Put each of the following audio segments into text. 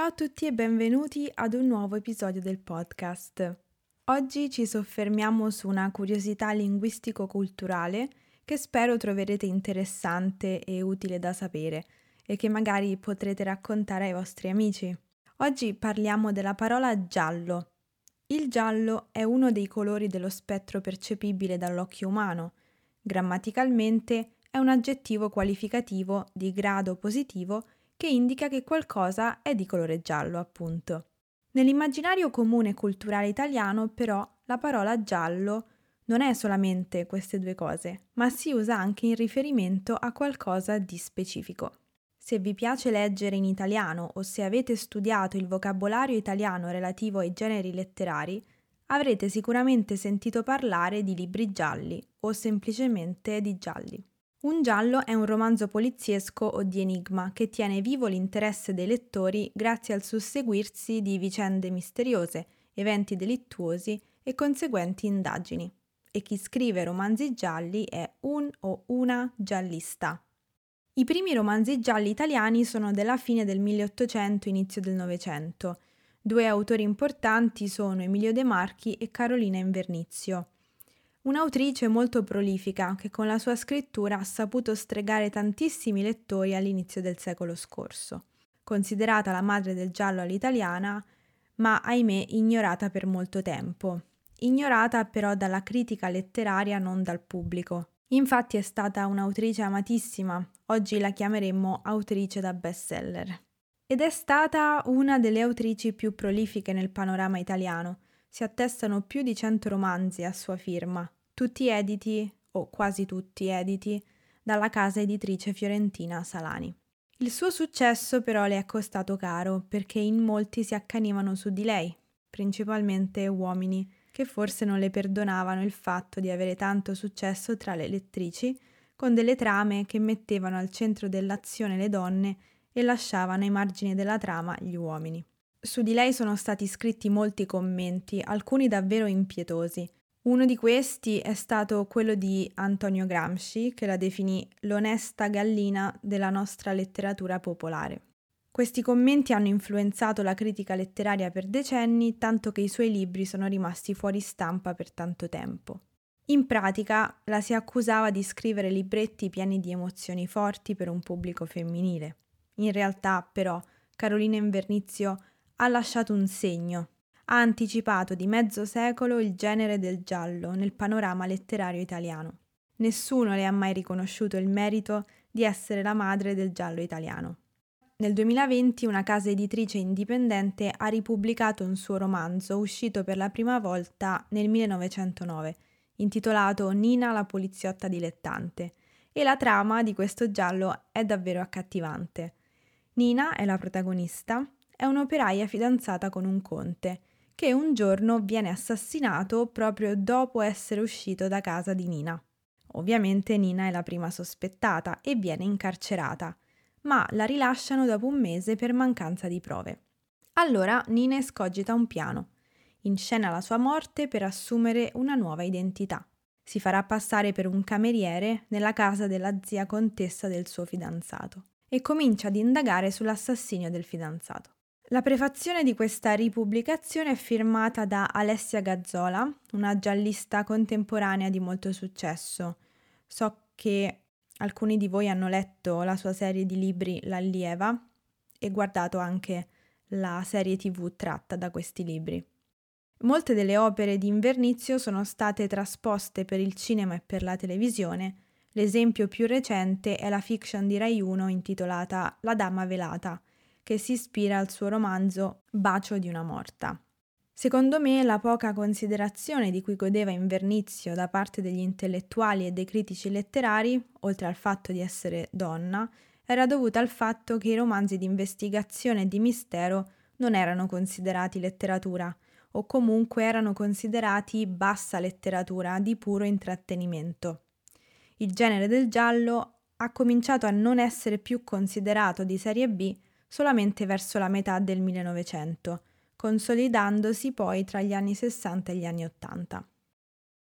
a tutti e benvenuti ad un nuovo episodio del podcast. Oggi ci soffermiamo su una curiosità linguistico-culturale che spero troverete interessante e utile da sapere e che magari potrete raccontare ai vostri amici. Oggi parliamo della parola giallo. Il giallo è uno dei colori dello spettro percepibile dall'occhio umano. Grammaticalmente è un aggettivo qualificativo di grado positivo che indica che qualcosa è di colore giallo, appunto. Nell'immaginario comune culturale italiano, però, la parola giallo non è solamente queste due cose, ma si usa anche in riferimento a qualcosa di specifico. Se vi piace leggere in italiano o se avete studiato il vocabolario italiano relativo ai generi letterari, avrete sicuramente sentito parlare di libri gialli o semplicemente di gialli. Un giallo è un romanzo poliziesco o di enigma che tiene vivo l'interesse dei lettori grazie al susseguirsi di vicende misteriose, eventi delittuosi e conseguenti indagini. E chi scrive romanzi gialli è un o una giallista. I primi romanzi gialli italiani sono della fine del 1800, inizio del Novecento. Due autori importanti sono Emilio De Marchi e Carolina Invernizio. Un'autrice molto prolifica che con la sua scrittura ha saputo stregare tantissimi lettori all'inizio del secolo scorso. Considerata la madre del giallo all'italiana, ma ahimè ignorata per molto tempo. Ignorata però dalla critica letteraria, non dal pubblico. Infatti è stata un'autrice amatissima, oggi la chiameremmo autrice da bestseller. Ed è stata una delle autrici più prolifiche nel panorama italiano. Si attestano più di 100 romanzi a sua firma, tutti editi, o quasi tutti editi, dalla casa editrice fiorentina Salani. Il suo successo però le è costato caro, perché in molti si accanivano su di lei, principalmente uomini, che forse non le perdonavano il fatto di avere tanto successo tra le lettrici, con delle trame che mettevano al centro dell'azione le donne e lasciavano ai margini della trama gli uomini. Su di lei sono stati scritti molti commenti, alcuni davvero impietosi. Uno di questi è stato quello di Antonio Gramsci, che la definì l'onesta gallina della nostra letteratura popolare. Questi commenti hanno influenzato la critica letteraria per decenni, tanto che i suoi libri sono rimasti fuori stampa per tanto tempo. In pratica la si accusava di scrivere libretti pieni di emozioni forti per un pubblico femminile. In realtà, però, Carolina Invernizio ha lasciato un segno. Ha anticipato di mezzo secolo il genere del giallo nel panorama letterario italiano. Nessuno le ha mai riconosciuto il merito di essere la madre del giallo italiano. Nel 2020 una casa editrice indipendente ha ripubblicato un suo romanzo uscito per la prima volta nel 1909, intitolato Nina la poliziotta dilettante, e la trama di questo giallo è davvero accattivante. Nina è la protagonista, è un'operaia fidanzata con un conte, che un giorno viene assassinato proprio dopo essere uscito da casa di Nina. Ovviamente Nina è la prima sospettata e viene incarcerata, ma la rilasciano dopo un mese per mancanza di prove. Allora Nina escogita un piano. Inscena la sua morte per assumere una nuova identità. Si farà passare per un cameriere nella casa della zia contessa del suo fidanzato e comincia ad indagare sull'assassinio del fidanzato. La prefazione di questa ripubblicazione è firmata da Alessia Gazzola, una giallista contemporanea di molto successo. So che alcuni di voi hanno letto la sua serie di libri L'Allieva e guardato anche la serie TV tratta da questi libri. Molte delle opere di Invernizio sono state trasposte per il cinema e per la televisione. L'esempio più recente è la fiction di Rai 1 intitolata La Dama Velata, che si ispira al suo romanzo Bacio di una morta. Secondo me la poca considerazione di cui godeva Invernizio da parte degli intellettuali e dei critici letterari, oltre al fatto di essere donna, era dovuta al fatto che i romanzi di investigazione e di mistero non erano considerati letteratura, o comunque erano considerati bassa letteratura di puro intrattenimento. Il genere del giallo ha cominciato a non essere più considerato di serie B solamente verso la metà del 1900, consolidandosi poi tra gli anni 60 e gli anni 80.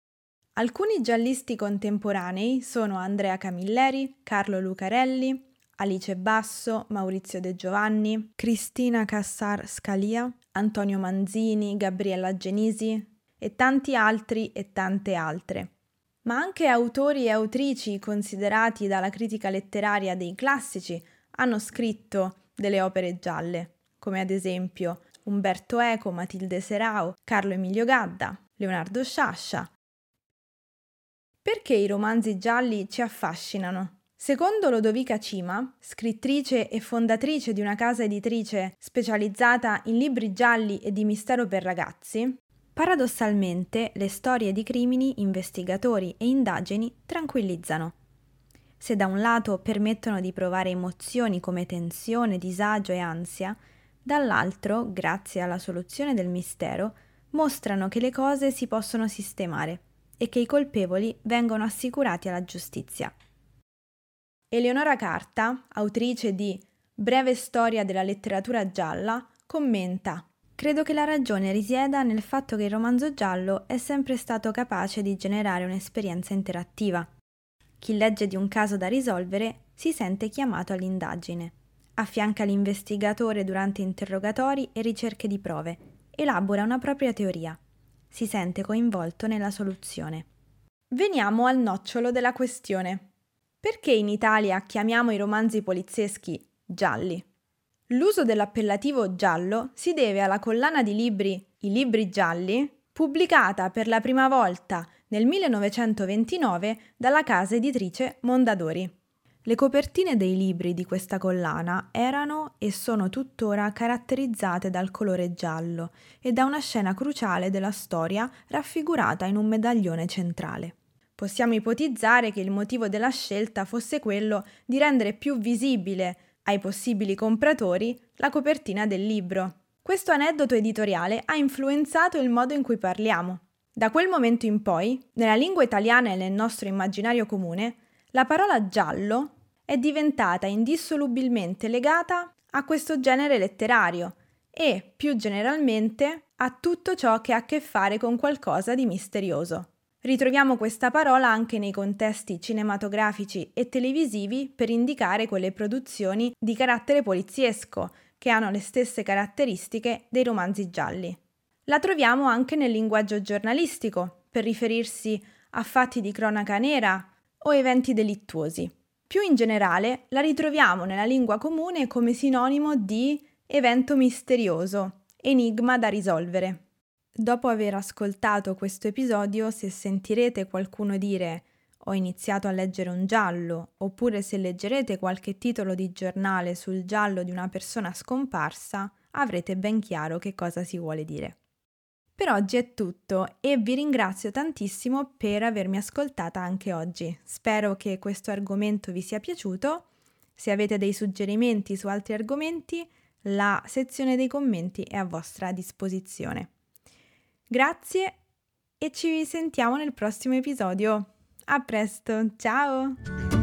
Alcuni giallisti contemporanei sono Andrea Camilleri, Carlo Lucarelli, Alice Basso, Maurizio De Giovanni, Cristina Cassar Scalia, Antonio Manzini, Gabriella Genisi e tanti altri e tante altre. Ma anche autori e autrici considerati dalla critica letteraria dei classici hanno scritto delle opere gialle, come ad esempio Umberto Eco, Matilde Serao, Carlo Emilio Gadda, Leonardo Sciascia. Perché i romanzi gialli ci affascinano? Secondo Lodovica Cima, scrittrice e fondatrice di una casa editrice specializzata in libri gialli e di mistero per ragazzi, paradossalmente le storie di crimini, investigatori e indagini tranquillizzano. Se da un lato permettono di provare emozioni come tensione, disagio e ansia, dall'altro, grazie alla soluzione del mistero, mostrano che le cose si possono sistemare e che i colpevoli vengono assicurati alla giustizia. Eleonora Carta, autrice di Breve storia della letteratura gialla, commenta: credo che la ragione risieda nel fatto che il romanzo giallo è sempre stato capace di generare un'esperienza interattiva. Chi legge di un caso da risolvere si sente chiamato all'indagine. Affianca l'investigatore durante interrogatori e ricerche di prove, elabora una propria teoria. Si sente coinvolto nella soluzione. Veniamo al nocciolo della questione. Perché in Italia chiamiamo i romanzi polizieschi gialli? L'uso dell'appellativo giallo si deve alla collana di libri I libri gialli, pubblicata per la prima volta nel 1929 dalla casa editrice Mondadori. Le copertine dei libri di questa collana erano e sono tuttora caratterizzate dal colore giallo e da una scena cruciale della storia raffigurata in un medaglione centrale. Possiamo ipotizzare che il motivo della scelta fosse quello di rendere più visibile ai possibili compratori la copertina del libro. Questo aneddoto editoriale ha influenzato il modo in cui parliamo. Da quel momento in poi, nella lingua italiana e nel nostro immaginario comune, la parola giallo è diventata indissolubilmente legata a questo genere letterario e, più generalmente, a tutto ciò che ha a che fare con qualcosa di misterioso. Ritroviamo questa parola anche nei contesti cinematografici e televisivi per indicare quelle produzioni di carattere poliziesco che hanno le stesse caratteristiche dei romanzi gialli. La troviamo anche nel linguaggio giornalistico per riferirsi a fatti di cronaca nera o eventi delittuosi. Più in generale la ritroviamo nella lingua comune come sinonimo di evento misterioso, enigma da risolvere. Dopo aver ascoltato questo episodio, se sentirete qualcuno dire «ho iniziato a leggere un giallo» oppure se leggerete qualche titolo di giornale sul giallo di una persona scomparsa, avrete ben chiaro che cosa si vuole dire. Per oggi è tutto e vi ringrazio tantissimo per avermi ascoltata anche oggi. Spero che questo argomento vi sia piaciuto. Se avete dei suggerimenti su altri argomenti, la sezione dei commenti è a vostra disposizione. Grazie e ci sentiamo nel prossimo episodio. A presto, ciao!